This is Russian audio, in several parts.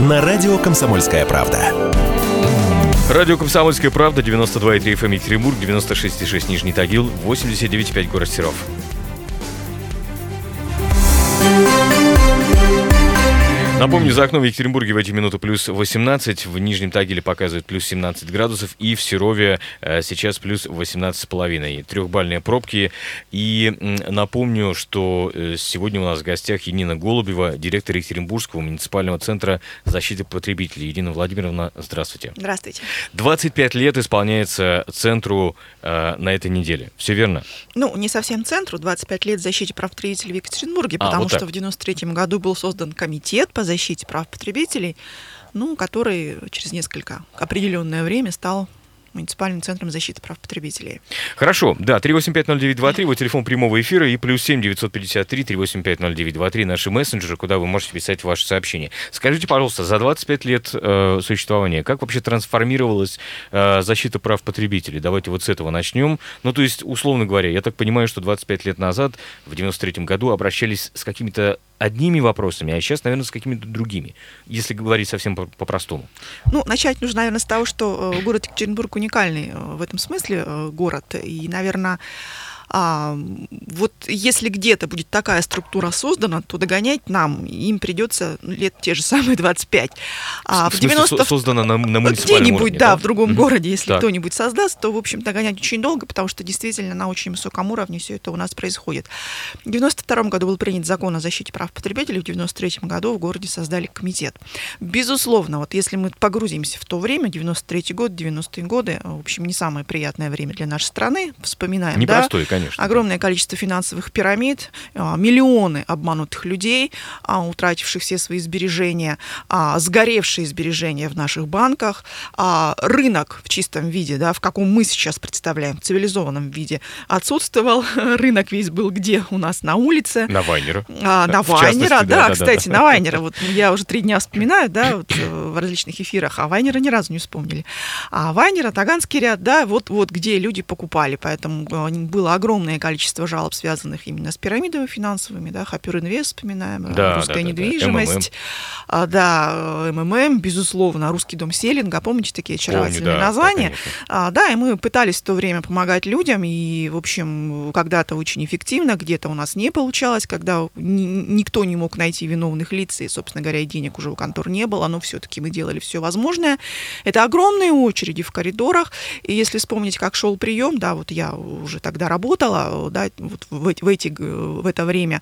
на радио «Комсомольская правда». Радио «Комсомольская правда», 92,3 FM Екатеринбург, 96,6 Нижний Тагил, 89,5 город Серов. Напомню, за окном в Екатеринбурге в эти минуты плюс 18, в Нижнем Тагиле показывает плюс 17 градусов, и в Серове сейчас плюс 18,5. Трехбальные пробки. И напомню, что сегодня у нас в гостях Янина Голубева, директор Екатеринбургского муниципального центра защиты потребителей. Ирина Владимировна, здравствуйте. Здравствуйте. 25 лет исполняется центру на этой неделе. Все верно? Ну, не совсем центру. 25 лет защите прав потребителей в Екатеринбурге, потому что в 93-м году был создан комитет по защите прав потребителей, который через определенное время стал муниципальным центром защиты прав потребителей. Хорошо, да, 3850923, вот телефон прямого эфира, и плюс 7 953 3850923 наши мессенджеры, куда вы можете писать ваши сообщения. Скажите, пожалуйста, за 25 лет существования, как вообще трансформировалась защита прав потребителей? Давайте вот с этого начнем. То есть, условно говоря, я так понимаю, что 25 лет назад, в 93-м году, обращались с какими-то одними вопросами, а сейчас, наверное, с какими-то другими, если говорить совсем по-простому. Начать нужно, наверное, с того, что город Екатеринбург уникальный в этом смысле город, и, наверное, вот если где-то будет такая структура создана, то догонять им придется лет те же самые 25. В смысле, создана на муниципальном где-нибудь, уровне, да, в другом городе, если так. кто-нибудь создаст, то, в общем, догонять очень долго, потому что действительно на очень высоком уровне все это у нас происходит. В 92 году был принят закон о защите прав потребителей, в 93 году в городе создали комитет. Безусловно, вот если мы погрузимся в то время, 93 год, 90-е годы, в общем, не самое приятное время для нашей страны, вспоминаем, непростое, конечно. Огромное количество финансовых пирамид, миллионы обманутых людей, утративших все свои сбережения, сгоревшие сбережения в наших банках, рынок в чистом виде, в каком мы сейчас представляем, в цивилизованном виде, отсутствовал. Рынок весь был где? У нас на улице. На Вайнера. На Вайнера, да, кстати, на Вайнера. Вот я уже 3 дня вспоминаю, в различных эфирах, а Вайнера ни разу не вспомнили. А Вайнера, Таганский ряд, вот где люди покупали, поэтому было огромное количество жалоб, связанных именно с пирамидами финансовыми, Хоппер Инвест, вспоминаем, русская недвижимость, МММ, безусловно, Русский дом селлинга, помните такие очаровательные названия? И мы пытались в то время помогать людям, и, в общем, когда-то очень эффективно, где-то у нас не получалось, когда никто не мог найти виновных лиц, и, собственно говоря, и денег уже у контор не было, но все-таки мы делали все возможное. Это огромные очереди в коридорах, и если вспомнить, как шел прием, вот я уже тогда работала, вот в это время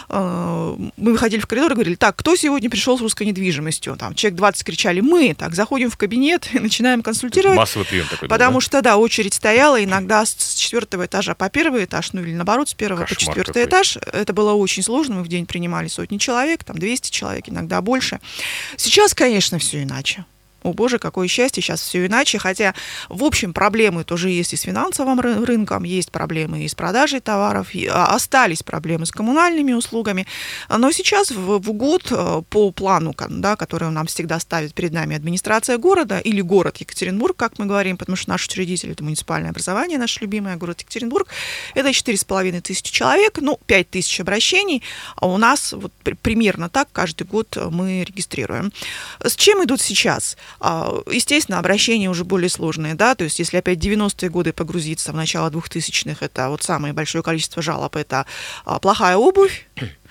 мы выходили в коридор и говорили: так, кто сегодня пришел с русской недвижимостью? Человек 20 кричали: мы. Заходим в кабинет и начинаем консультировать. Массовый прием такой. Потому что, очередь стояла иногда с 4-го этажа по 1-й этаж, или наоборот, с 1-го по 4-й этаж. Это было очень сложно, мы в день принимали сотни человек, 200 человек, иногда больше. Сейчас, конечно, все иначе. О боже, какое счастье, сейчас все иначе, хотя, в общем, проблемы тоже есть и с финансовым рынком, есть проблемы и с продажей товаров, остались проблемы с коммунальными услугами, но сейчас в год по плану, который нам всегда ставит перед нами администрация города или город Екатеринбург, как мы говорим, потому что наш учредитель — это муниципальное образование, наш любимый город Екатеринбург, это 4500 человек, 5000 обращений, а у нас примерно так каждый год мы регистрируем. С чем идут сейчас? Естественно, обращения уже более сложные, то есть если опять 90-е годы погрузиться в начало 2000-х, это самое большое количество жалоб, это плохая обувь,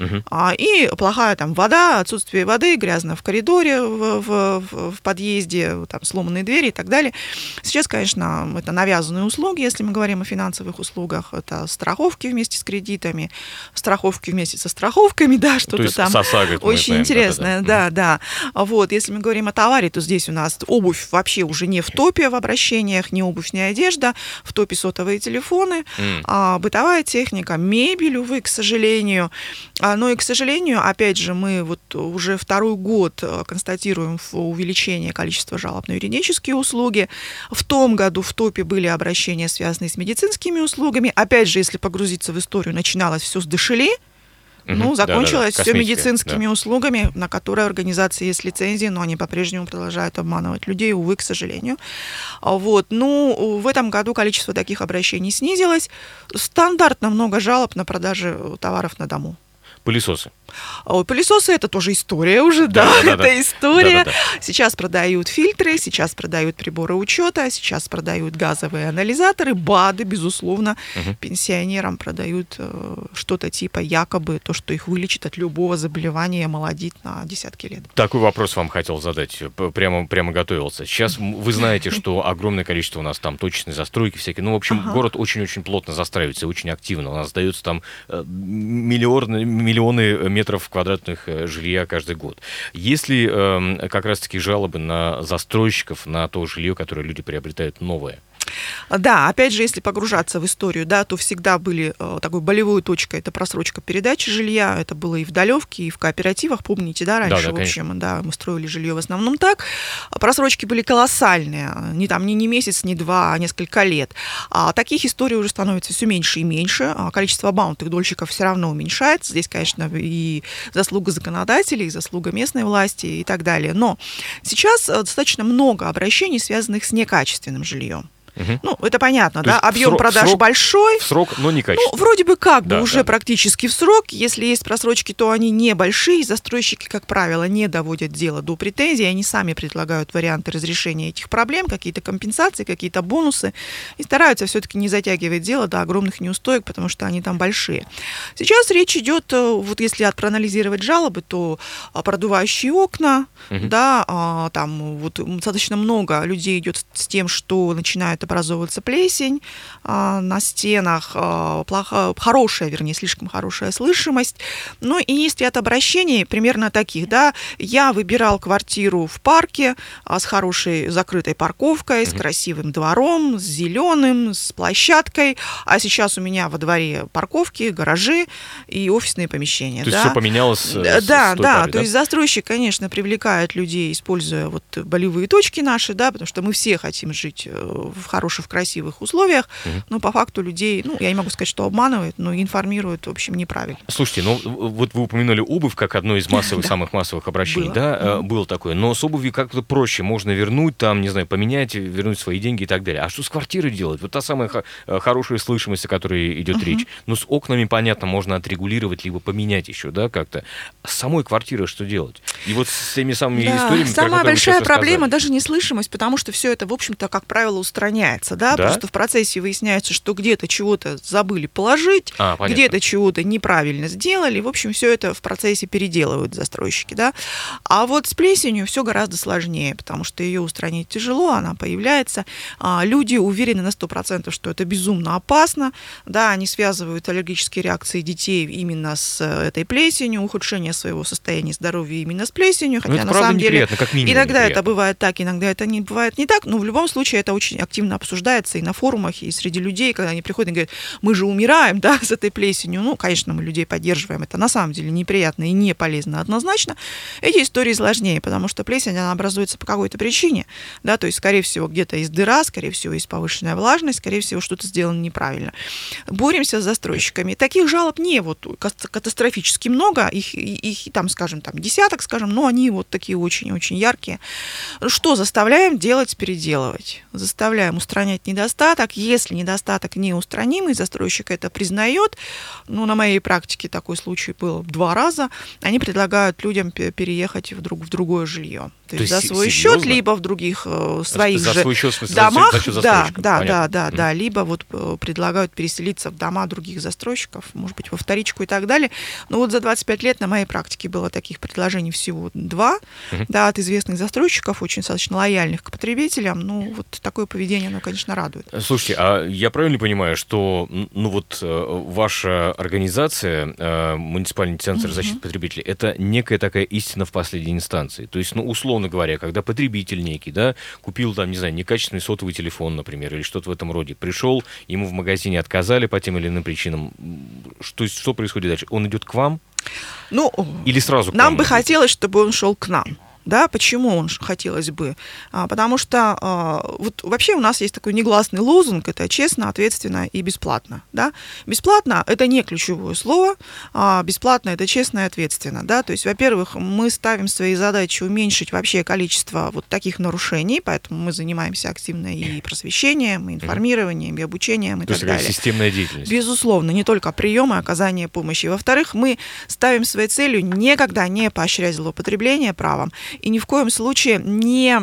и плохая вода, отсутствие воды, грязно в коридоре, в подъезде, сломанные двери и так далее. Сейчас, конечно, это навязанные услуги, если мы говорим о финансовых услугах, это страховки вместе с кредитами, страховки вместе со страховками, что-то там очень интересное, да. Если мы говорим о товаре, то здесь у нас обувь вообще уже не в топе в обращениях, не обувь, не одежда, в топе сотовые телефоны, бытовая техника, мебель, увы, к сожалению. Но и, к сожалению, опять же, мы уже 2-й год констатируем увеличение количества жалоб на юридические услуги. В том году в топе были обращения, связанные с медицинскими услугами. Опять же, если погрузиться в историю, начиналось все с ДШЛИ. Закончилось все медицинскими услугами, на которые организации есть лицензии, но они по-прежнему продолжают обманывать людей, увы, к сожалению. В этом году количество таких обращений снизилось. Стандартно много жалоб на продажи товаров на дому. Пылесосы. Пылесосы — это тоже история уже, это история. Сейчас продают фильтры, сейчас продают приборы учета, сейчас продают газовые анализаторы, БАДы, безусловно. Пенсионерам продают что-то типа якобы то, что их вылечит от любого заболевания, молодит на десятки лет. Такой вопрос вам хотел задать, прямо готовился. Сейчас вы знаете, что огромное количество у нас там точечной застройки всякие. Ну, в общем, город очень-очень плотно застраивается, очень активно. У нас сдаются там миллионы метров квадратных жилья каждый год. Есть ли как раз-таки жалобы на застройщиков, на то жилье, которое люди приобретают новое? Да, опять же, если погружаться в историю, да, то всегда были такой болевой точкой, это просрочка передачи жилья, это было и в Далевке, и в кооперативах, помните, да, раньше, в общем, да, мы строили жилье в основном так. Просрочки были колоссальные, не месяц, не два, а несколько лет. А таких историй уже становится все меньше и меньше, количество обманутых дольщиков все равно уменьшается, здесь, конечно, и заслуга законодателей, и заслуга местной власти и так далее, но сейчас достаточно много обращений, связанных с некачественным жильем. Ну, это понятно, да, объем продаж большой. В срок, но некачественно. Ну, вроде бы как бы уже практически в срок. Если есть просрочки, то они небольшие. Застройщики, как правило, не доводят дело до претензий. Они сами предлагают варианты разрешения этих проблем, какие-то компенсации, какие-то бонусы. И стараются все-таки не затягивать дело до огромных неустоек, потому что они там большие. Сейчас речь идет, вот если проанализировать жалобы, то продувающие окна, да, там вот достаточно много людей идет с тем, что начинают образовываться плесень на стенах, хорошая, вернее, слишком хорошая слышимость. Ну и есть ряд обращений примерно таких, да, я выбирал квартиру в парке с хорошей закрытой парковкой, с красивым двором, с зеленым, с площадкой, а сейчас у меня во дворе парковки, гаражи и офисные помещения. То есть все поменялось? Да, то есть застройщик, конечно, привлекает людей, используя вот болевые точки наши, да, потому что мы все хотим жить в хороших, красивых условиях, но по факту людей, я не могу сказать, что обманывают, но информируют, в общем, неправильно. Слушайте, вот вы упомянули обувь как одно из самых массовых обращений, было такое, но с обувью как-то проще, можно вернуть, там, не знаю, поменять, вернуть свои деньги и так далее. А что с квартирой делать? Вот та самая хорошая слышимость, о которой идет речь. Ну, с окнами, понятно, можно отрегулировать, либо поменять еще, да, как-то. С самой квартирой что делать? И вот с теми самыми историями, самая большая проблема даже не слышимость, потому что все это, в общем-то, как правило, устраняется. Да? Просто в процессе выясняется, что где-то чего-то забыли положить, где-то чего-то неправильно сделали. В общем, все это в процессе переделывают застройщики. Да? А вот с плесенью все гораздо сложнее, потому что ее устранить тяжело, она появляется. Люди уверены на 100%, что это безумно опасно. Да? Они связывают аллергические реакции детей именно с этой плесенью, ухудшение своего состояния здоровья именно с плесенью. Хотя на самом деле иногда это бывает так, иногда это не бывает не так. Но в любом случае это очень активно обсуждается и на форумах, и среди людей, когда они приходят и говорят, мы же умираем, да, с этой плесенью. Ну, конечно, мы людей поддерживаем. Это на самом деле неприятно и не полезно однозначно. Эти истории сложнее, потому что плесень, она образуется по какой-то причине, да, то есть, скорее всего, где-то есть дыра, скорее всего, есть повышенная влажность, скорее всего, что-то сделано неправильно. Боремся с застройщиками. Таких жалоб не вот катастрофически много, их там, скажем, там десяток, скажем, но они вот такие очень-очень яркие. Что заставляем делать, переделывать? Заставляем устранять недостаток. Если недостаток неустранимый, застройщик это признает. Ну, на моей практике такой случай был 2 раза. Они предлагают людям переехать в другое жилье. То есть за свой счет, либо в других своих же домах. Да, либо вот предлагают переселиться в дома других застройщиков, может быть, во вторичку и так далее. Но вот за 25 лет на моей практике было таких предложений всего 2, да, от известных застройщиков, очень достаточно лояльных к потребителям. Ну, вот такое поведение, оно, конечно, радует. Слушайте, а я правильно понимаю, что ваша организация, муниципальный центр защиты потребителей, это некая такая истина в последней инстанции? То есть, условно говоря, когда потребитель некий, да, купил там, не знаю, некачественный сотовый телефон, например, или что-то в этом роде, пришел, ему в магазине отказали по тем или иным причинам, что происходит дальше? Он идет к вам? Ну, или сразу к нам вам? бы хотелось, чтобы он шел к нам. Да, почему он хотелось бы? Потому что вот вообще у нас есть такой негласный лозунг, это честно, ответственно и бесплатно. Да? Бесплатно – это не ключевое слово, бесплатно – это честно и ответственно. Да? То есть, во-первых, мы ставим своей задачей уменьшить вообще количество вот таких нарушений, поэтому мы занимаемся активно и просвещением, и информированием, и обучением, и так далее. То есть системная деятельность. Безусловно, не только прием и оказание помощи. Во-вторых, мы ставим своей целью никогда не поощрять злоупотребление правом, и ни в коем случае не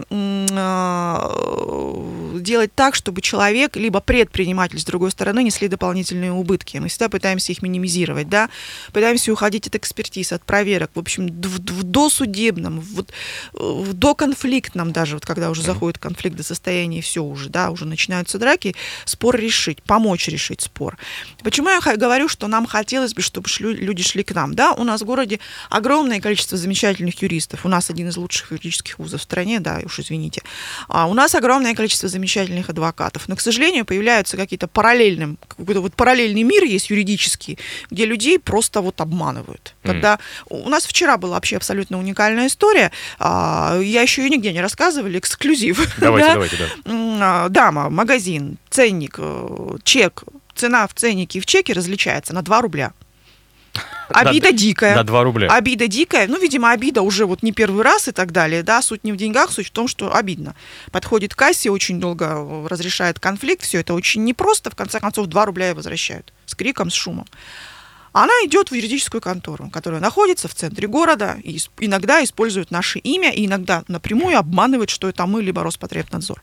делать так, чтобы человек, либо предприниматель, с другой стороны, несли дополнительные убытки. Мы всегда пытаемся их минимизировать, да? Пытаемся уходить от экспертиз, от проверок, в общем, в досудебном, в доконфликтном даже, вот когда уже заходит конфликт до состояния, все уже, да, уже начинаются драки, спор решить, помочь решить спор. Почему я говорю, что нам хотелось бы, чтобы люди шли к нам, да? У нас в городе огромное количество замечательных юристов, у нас один из лучших юридических вузов в стране, да, уж извините. У нас огромное количество замечательных адвокатов, но, к сожалению, появляются какой-то вот параллельный мир есть юридический, где людей просто вот обманывают. Когда у нас вчера была вообще абсолютно уникальная история, я еще ее нигде не рассказывала, эксклюзив. Давайте, да. Дама, магазин, ценник, чек, цена в ценнике и в чеке различается на 2 рубля. Обида дикая. На 2 рубля. Обида дикая. Ну, видимо, обида уже вот не первый раз и так далее. Да, суть не в деньгах, суть в том, что обидно. Подходит к кассе, очень долго разрешает конфликт. Все это очень непросто. В конце концов, 2 рубля и возвращают. С криком, с шумом. Она идет в юридическую контору, которая находится в центре города, и иногда использует наше имя, и иногда напрямую обманывает, что это мы, либо Роспотребнадзор.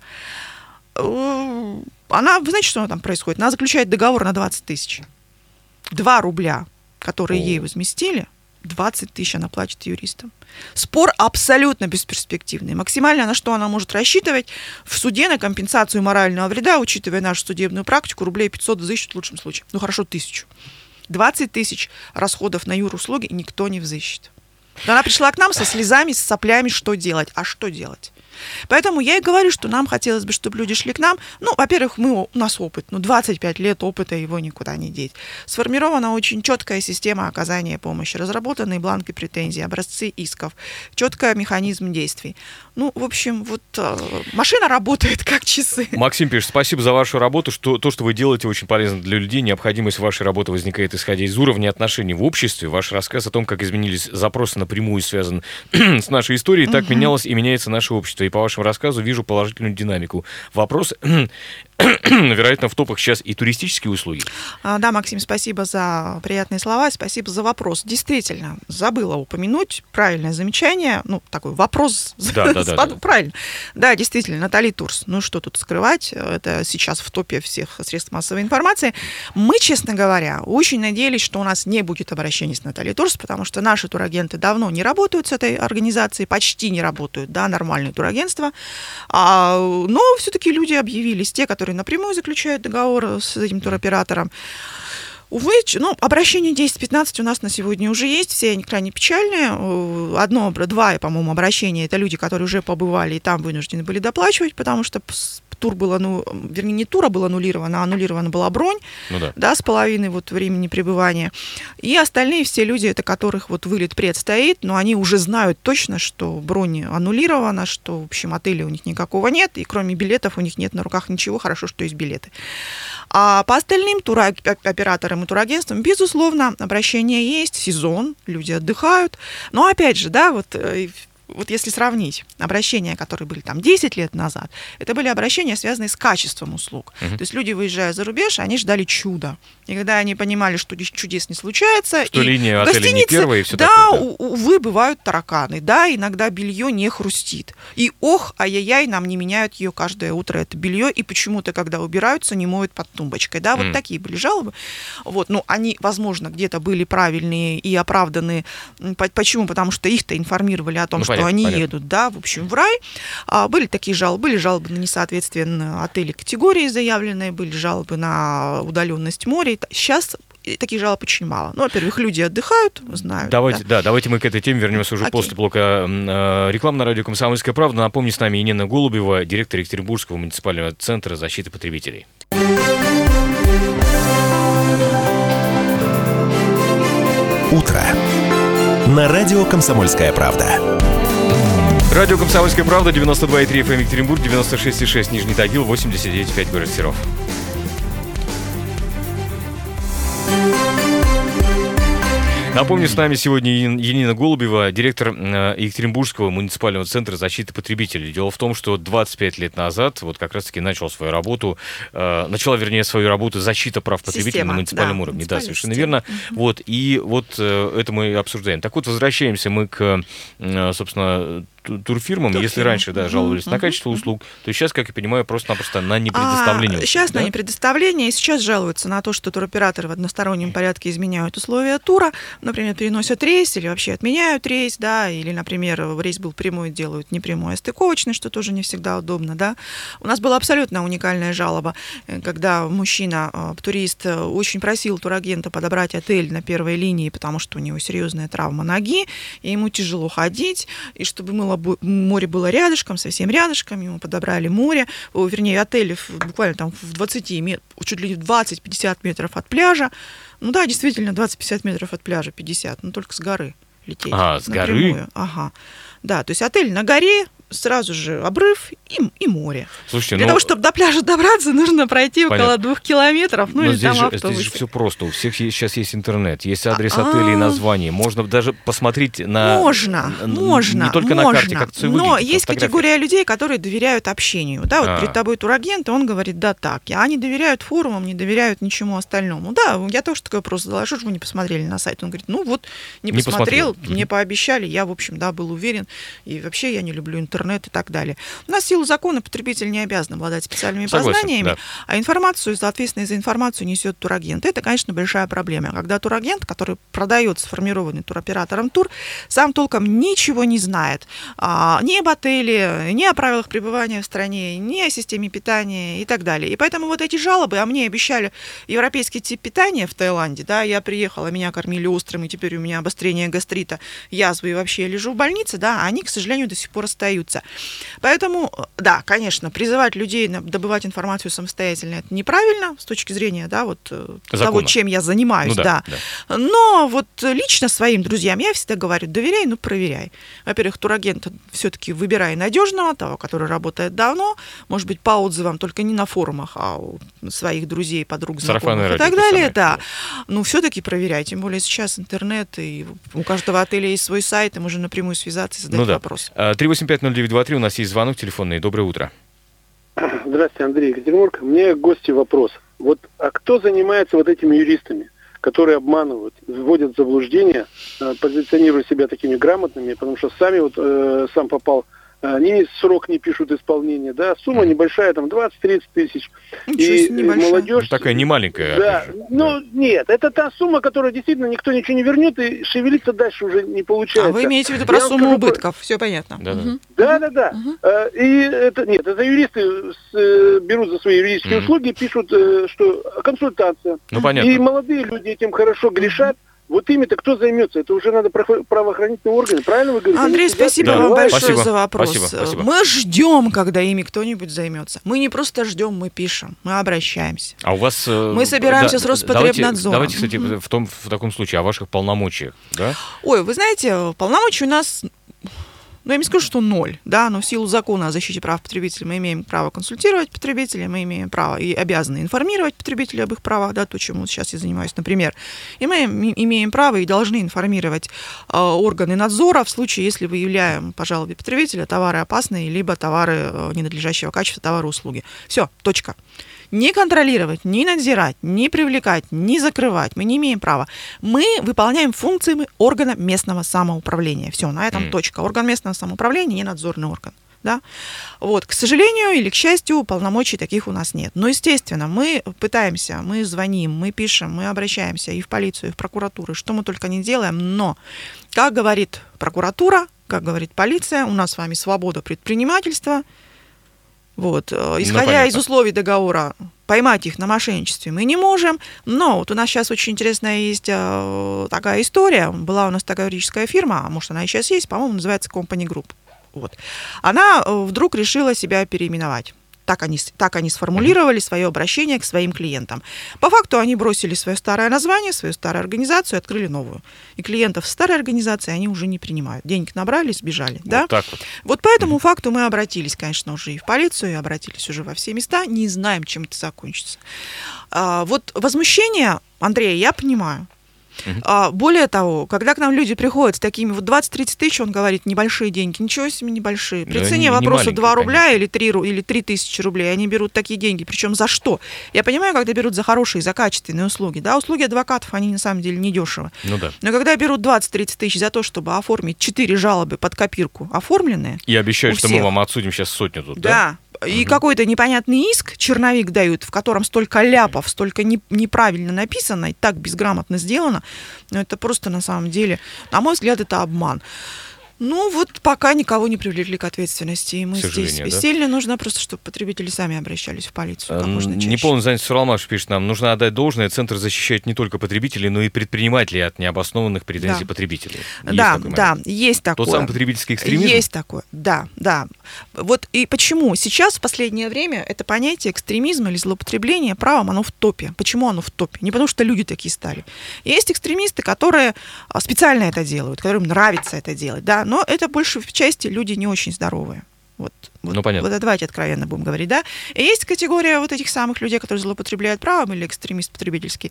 Вы знаете, что там происходит? Она заключает договор на 20 тысяч. 2 рубля, которые ей возместили, 20 тысяч она платит юристам. Спор абсолютно бесперспективный. Максимально на что она может рассчитывать в суде на компенсацию морального вреда, учитывая нашу судебную практику, рублей 500 взыщут в лучшем случае. Ну хорошо, 1000. 20 тысяч расходов на юруслуги никто не взыщет. Она пришла к нам со слезами, с соплями, что делать. А что делать? Поэтому я и говорю, что нам хотелось бы, чтобы люди шли к нам. Ну, во-первых, у нас опыт, 25 лет опыта, его никуда не деть. Сформирована очень четкая система оказания помощи, разработанные бланки претензий, образцы исков, четкий механизм действий. Ну, в общем, вот машина работает как часы. Максим пишет, спасибо за вашу работу. То, что вы делаете, очень полезно для людей. Необходимость вашей работы возникает, исходя из уровня отношений в обществе. Ваш рассказ о том, как изменились запросы, напрямую связан с нашей историей. Так менялось и меняется наше общество. И по вашему рассказу вижу положительную динамику. Вопрос, вероятно, в топах сейчас и туристические услуги. Да, Максим, спасибо за приятные слова, спасибо за вопрос. Действительно, забыла упомянуть, правильное замечание, такой вопрос. Да. Правильно. Да, действительно, Натали Турс. Ну, что тут скрывать, это сейчас в топе всех средств массовой информации. Мы, честно говоря, очень надеялись, что у нас не будет обращений с Натальей Турс, потому что наши турагенты давно не работают с этой организацией, почти не работают, да, нормальные турагентства. Но все-таки люди объявились, те, которые напрямую заключают договор с этим туроператором. Увы, обращение 10-15 у нас на сегодня уже есть, все они крайне печальные. 2, по-моему, обращения, это люди, которые уже побывали и там вынуждены были доплачивать, потому что тур был, не тур, а был аннулирована была бронь, с половиной времени пребывания. И остальные все люди, это которых вылет предстоит, но они уже знают точно, что бронь аннулирована, что, в общем, отеля у них никакого нет, и кроме билетов у них нет на руках ничего, хорошо, что есть билеты. А по остальным туроператорам и турагентствам, безусловно, обращение есть, сезон, люди отдыхают. Но опять же, вот если сравнить обращения, которые были 10 лет назад, это были обращения, связанные с качеством услуг. То есть люди, выезжая за рубеж, они ждали чуда. И когда они понимали, что чудес не случается, что и линия отеля не первая, и все такое. Да, увы, бывают тараканы. Да, иногда белье не хрустит. И ай-яй-яй, нам не меняют ее каждое утро, это белье, и почему-то, когда убираются, не моют под тумбочкой. Да, вот такие были жалобы. Они, возможно, где-то были правильные и оправданные. Почему? Потому что их-то информировали о том, что они едут, в общем, в рай. Были такие жалобы. Были жалобы на несоответствие отелей категории заявленные, были жалобы на удаленность моря. Сейчас таких жалоб очень мало. Во-первых, люди отдыхают, знают. Давайте мы к этой теме вернемся уже после блока рекламы на радио «Комсомольская правда». Напомню, с нами Енина Голубева, директор Екатеринбургского муниципального центра защиты потребителей. Утро. На радио «Комсомольская правда». Радио «Комсомольская правда», 92,3 FM Екатеринбург, 96,6 Нижний Тагил, 89,5 город Серов. Напомню, с нами сегодня Янина Голубева, директор Екатеринбургского муниципального центра защиты потребителей. Дело в том, что 25 лет назад вот как раз-таки начала свою работу защита прав потребителей на муниципальном уровне. Да, совершенно верно. Вот, и вот это мы и обсуждаем. Так вот, возвращаемся мы к, собственно, турфирмам. Если раньше жаловались на качество услуг, то сейчас, как я понимаю, просто-напросто на непредоставление услуг. Сейчас на непредоставление. Сейчас жалуются на то, что туроператоры в одностороннем порядке изменяют условия тура. Например, переносят рейс или вообще отменяют рейс, да, или, например, рейс был прямой, делают не прямой, а стыковочный, что тоже не всегда удобно, да. У нас была абсолютно уникальная жалоба, когда мужчина, турист, очень просил турагента подобрать отель на первой линии, потому что у него серьезная травма ноги, и ему тяжело ходить, и чтобы море было рядышком, совсем рядышком, ему подобрали отель буквально там в 20 чуть ли не 20-50 метров от пляжа. Ну да, действительно, 20-50 метров от пляжа, 50, но только с горы лететь. С горы? Ага. Да, то есть отель на горе, сразу же обрыв и море. Слушайте, Для того, чтобы до пляжа добраться, нужно пройти около 2 километров, или здесь там же, автобусе. Здесь же все просто. У всех сейчас есть интернет, есть адрес отеля и название. Можно даже посмотреть на... Можно. Не только на карте, как это все выглядит. Но есть категория людей, которые доверяют общению. Да, вот перед тобой турагент, и он говорит, да, так. А они доверяют форумам, не доверяют ничему остальному. Да, я тоже такой вопрос задала, что же вы не посмотрели на сайт? Он говорит, не посмотрел, мне пообещали, я, в общем, был уверен, и вообще я не люблю интернет и так далее. У нас в силу закона потребитель не обязан обладать специальными познаниями, да. А информацию, соответственно, за информацию несет турагент. Это, конечно, большая проблема. Когда турагент, который продает сформированный туроператором тур, сам толком ничего не знает ни об отеле, ни о правилах пребывания в стране, ни о системе питания и так далее. И поэтому вот эти жалобы, мне обещали европейский тип питания в Таиланде, да, я приехала, меня кормили острым, и теперь у меня обострение гастрита, язвы, и вообще я лежу в больнице, да, они, к сожалению, до сих пор остаются. Поэтому, да, конечно, призывать людей добывать информацию самостоятельно, это неправильно с точки зрения, да, того, чем я занимаюсь, да. Но лично своим друзьям я всегда говорю, доверяй, проверяй. Во-первых, турагента все-таки выбирай надежного, того, который работает давно, может быть, по отзывам, только не на форумах, а у своих друзей, подруг, знакомых и так далее, да. Но все-таки проверяй, тем более сейчас интернет, и у каждого отеля есть свой сайт, и можно напрямую связаться и задать вопрос. 3850923, у нас есть звонок телефонный. Доброе утро. Здравствуйте, Андрей, Екатеринбург. Мне к гости вопрос. А кто занимается этими юристами, которые обманывают, вводят в заблуждение, позиционируют себя такими грамотными, потому что сам попал, они срок не пишут исполнения, да, сумма небольшая, там 20-30 тысяч. И молодежь... Такая немаленькая. Да, нет, это та сумма, которая действительно никто ничего не вернет, и шевелиться дальше уже не получается. А вы имеете в виду про сумму убытков, все понятно. Да. И это юристы берут за свои юридические услуги, пишут, что консультация. Понятно. И молодые люди этим хорошо грешат. Ими-то кто займется? Это уже надо правоохранительные органы. Правильно вы говорите? Андрей, спасибо вам большое за вопрос. Спасибо. Мы ждем, когда ими кто-нибудь займется. Мы не просто ждем, мы пишем, мы обращаемся. А у вас... Мы собираемся с Роспотребнадзором. Давайте, кстати, в таком случае о ваших полномочиях. Да? Ой, вы знаете, полномочий у нас... я не скажу, что 0, да, но в силу закона о защите прав потребителей мы имеем право консультировать потребителей, мы имеем право и обязаны информировать потребителей об их правах, да, то, чем сейчас я занимаюсь, например. И мы имеем право и должны информировать органы надзора в случае, если выявляем по жалобе потребителя товары опасные, либо товары ненадлежащего качества, товары-услуги. Все, точка. Не контролировать, не надзирать, не привлекать, не закрывать мы не имеем права. Мы выполняем функции органа местного самоуправления. Все, на этом точка. Орган местного самоуправления не надзорный орган. Да? К сожалению или к счастью, полномочий таких у нас нет. Но, естественно, мы пытаемся, мы звоним, мы пишем, мы обращаемся и в полицию, и в прокуратуру, что мы только не делаем, но, как говорит прокуратура, как говорит полиция, у нас с вами свобода предпринимательства. Исходя из условий договора, поймать их на мошенничестве мы не можем, но у нас сейчас очень интересная есть такая история. Была у нас такая юридическая фирма, а может она и сейчас есть, по-моему, называется Company Group. Она вдруг решила себя переименовать. Так они сформулировали свое обращение к своим клиентам. По факту они бросили свое старое название, свою старую организацию и открыли новую. И клиентов старой организации они уже не принимают. Денег набрали, сбежали. Вот да? так вот. Вот по этому факту мы обратились, конечно, уже и в полицию, и обратились уже во все места. Не знаем, чем это закончится. Вот возмущение, Андрей, я понимаю. Более того, когда к нам люди приходят с такими 20-30 тысяч, он говорит, небольшие деньги. Ничего себе небольшие. При цене вопроса 2 рубля или 3 тысячи рублей, они берут такие деньги. Причем за что? Я понимаю, когда берут за хорошие, за качественные услуги. Да, услуги адвокатов, они на самом деле недешево. Ну да. Но когда берут 20-30 тысяч за то, чтобы оформить 4 жалобы под копирку оформленные. И обещают, что мы вам отсудим сейчас 100 тут, да? И какой-то непонятный иск, черновик дают, в котором столько ляпов, столько неправильно написано и так безграмотно сделано. Но это просто на самом деле, на мой взгляд, это обман. Ну вот пока никого не привлекли к ответственности. И мы здесь бессильны. Нужно просто, чтобы потребители сами обращались в полицию как можно чаще. Неполный занятость Суралмаш пишет нам, нужно отдать должное. Центр защищает не только потребителей, но и предпринимателей от необоснованных претензий потребителей. Есть такое. Тот самый потребительский экстремизм? Есть такое, да. Вот и почему сейчас в последнее время это понятие экстремизма или злоупотребления правом, оно в топе. Почему оно в топе? Не потому что люди такие стали. Есть экстремисты, которые специально это делают, которым нравится это делать, да. Но это больше в части люди не очень здоровые. Вот, понятно. Вот давайте откровенно будем говорить, да. И есть категория вот этих самых людей, которые злоупотребляют правом или экстремист потребительский.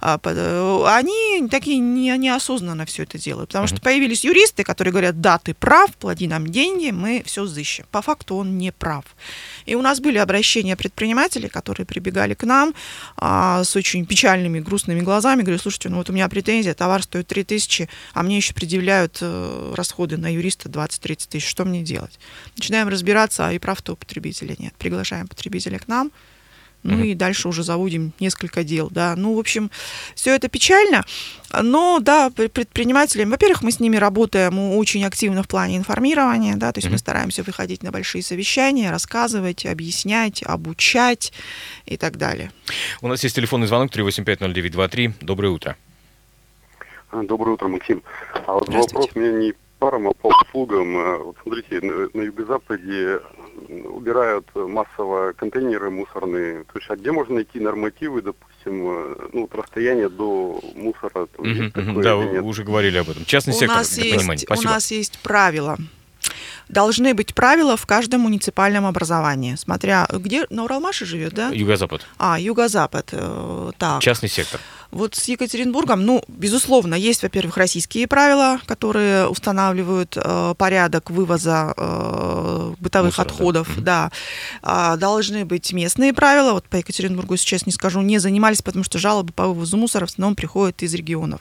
Они такие неосознанно все это делают, потому что появились юристы, которые говорят, да, ты прав, плати нам деньги, мы все взыщем. По факту он не прав. И у нас были обращения предпринимателей, которые прибегали к нам с очень печальными, грустными глазами, говорят, слушайте, ну вот у меня претензия, товар стоит 3000, а мне еще предъявляют расходы на юриста 20-30 тысяч, что мне делать? Начинаем разбираться, и прав-то у потребителя нет. Приглашаем потребителя к нам, ну и дальше уже заводим несколько дел, да. Ну, в общем, все это печально, но, да, предприниматели, во-первых, мы с ними работаем очень активно в плане информирования, да, то есть мы стараемся выходить на большие совещания, рассказывать, объяснять, обучать и так далее. У нас есть телефонный звонок 3850923. Доброе утро. Доброе утро, Максим. А вот вопрос у меня не паром, а по услугам. Вот смотрите, на юго-западе убирают массово контейнеры мусорные. То есть, а где можно найти нормативы, допустим, ну, расстояние до мусора? Да, вы уже говорили об этом. Частный сектор, для понимания. Спасибо. У нас есть правила. Должны быть правила в каждом муниципальном образовании. Смотря где, на Уралмаше живет, да? Юго-запад. Юго-запад. Так. Частный сектор. Вот с Екатеринбургом, ну, безусловно, есть, во-первых, российские правила, которые устанавливают порядок вывоза бытовых отходов, да. Должны быть местные правила. Вот по Екатеринбургу сейчас не скажу, не занимались, потому что жалобы по вывозу мусора в основном приходят из регионов,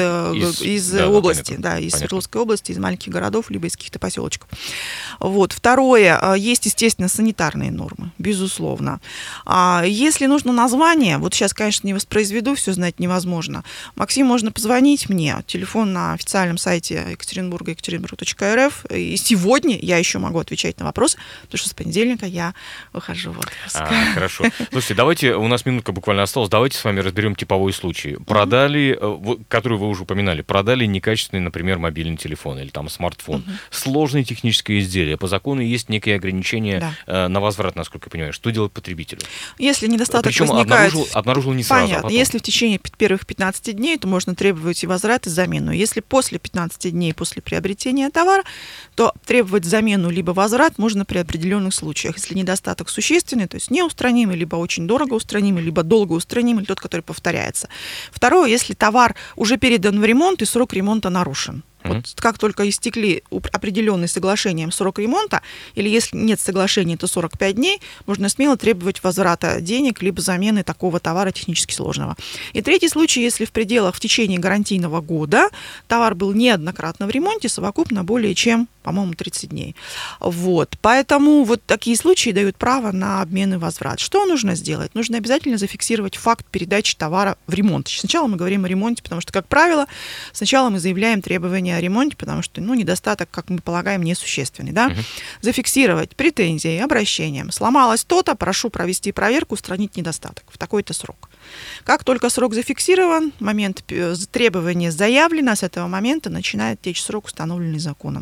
из области, да, из Свердловской области, из маленьких городов, либо из каких-то поселочков. Вот. Второе, есть, естественно, санитарные нормы, безусловно. Если нужно название, вот сейчас, конечно, не воспроизведу, все знать невозможно. Максим, можно позвонить мне. Телефон на официальном сайте Екатеринбурга, екатеринбург.рф. И сегодня я еще могу отвечать на вопросы, потому что с понедельника я выхожу в отпуск. Хорошо. Слушайте, давайте, у нас минутка буквально осталась, давайте с вами разберем типовой случай. Продали, который вы уже упоминали, продали некачественный, например, мобильный телефон или там смартфон. Сложное техническое изделие. По закону есть некие ограничения на возврат, насколько я понимаю. Что делать потребителю? Если недостаток Причем возникает... обнаружил не сразу, Понятно. Если в течение первых 15 дней, то можно требовать и возврат, и замену. Если после 15 дней после приобретения товара, то требовать замену либо возврат можно при определенных случаях. Если недостаток существенный, то есть неустранимый, либо очень дорого устранимый, либо долго устранимый, тот, который повторяется. Второе, если товар уже передан в ремонт и срок ремонта нарушен. Вот как только истекли определенные соглашением срок ремонта, или если нет соглашения, то 45 дней, можно смело требовать возврата денег, либо замены такого товара технически сложного. И третий случай, если в пределах в течение гарантийного года товар был неоднократно в ремонте, совокупно более чем, по-моему, 30 дней. Вот. Поэтому вот такие случаи дают право на обмен и возврат. Что нужно сделать? Нужно обязательно зафиксировать факт передачи товара в ремонт. Сначала мы говорим о ремонте, потому что, как правило, сначала мы заявляем требования о ремонте, потому что, недостаток, как мы полагаем, несущественный, да? Зафиксировать претензии, обращением. Сломалось то-то, прошу провести проверку, устранить недостаток в такой-то срок. Как только срок зафиксирован, момент требования заявлено, с этого момента начинает течь срок, установленный законом. Дальше все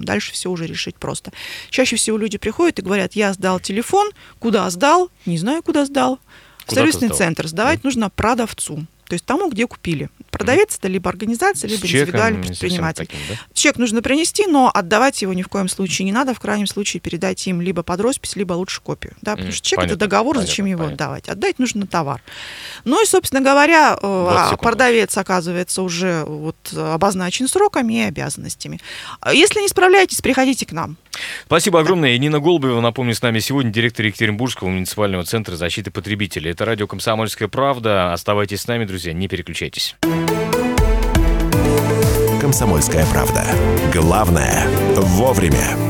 все уже решить просто. Чаще всего люди приходят и говорят, я сдал телефон, куда сдал, не знаю, куда сдал. В сервисный центр сдавать нужно продавцу, то есть тому, где купили. Продавец это либо организация, либо индивидуальный предприниматель. Таким, да? Чек нужно принести, но отдавать его ни в коем случае не надо. В крайнем случае передать им либо под роспись, либо лучше копию. Да? Потому что чек это договор, зачем его отдавать? Отдать нужно товар. Ну и, собственно говоря, продавец, оказывается, уже вот обозначен сроками и обязанностями. Если не справляетесь, приходите к нам. Спасибо огромное. Нина Голубева, напомню, с нами сегодня директор Екатеринбургского муниципального центра защиты потребителей. Это радио «Комсомольская правда». Оставайтесь с нами, друзья, не переключайтесь. «Комсомольская правда». Главное – вовремя.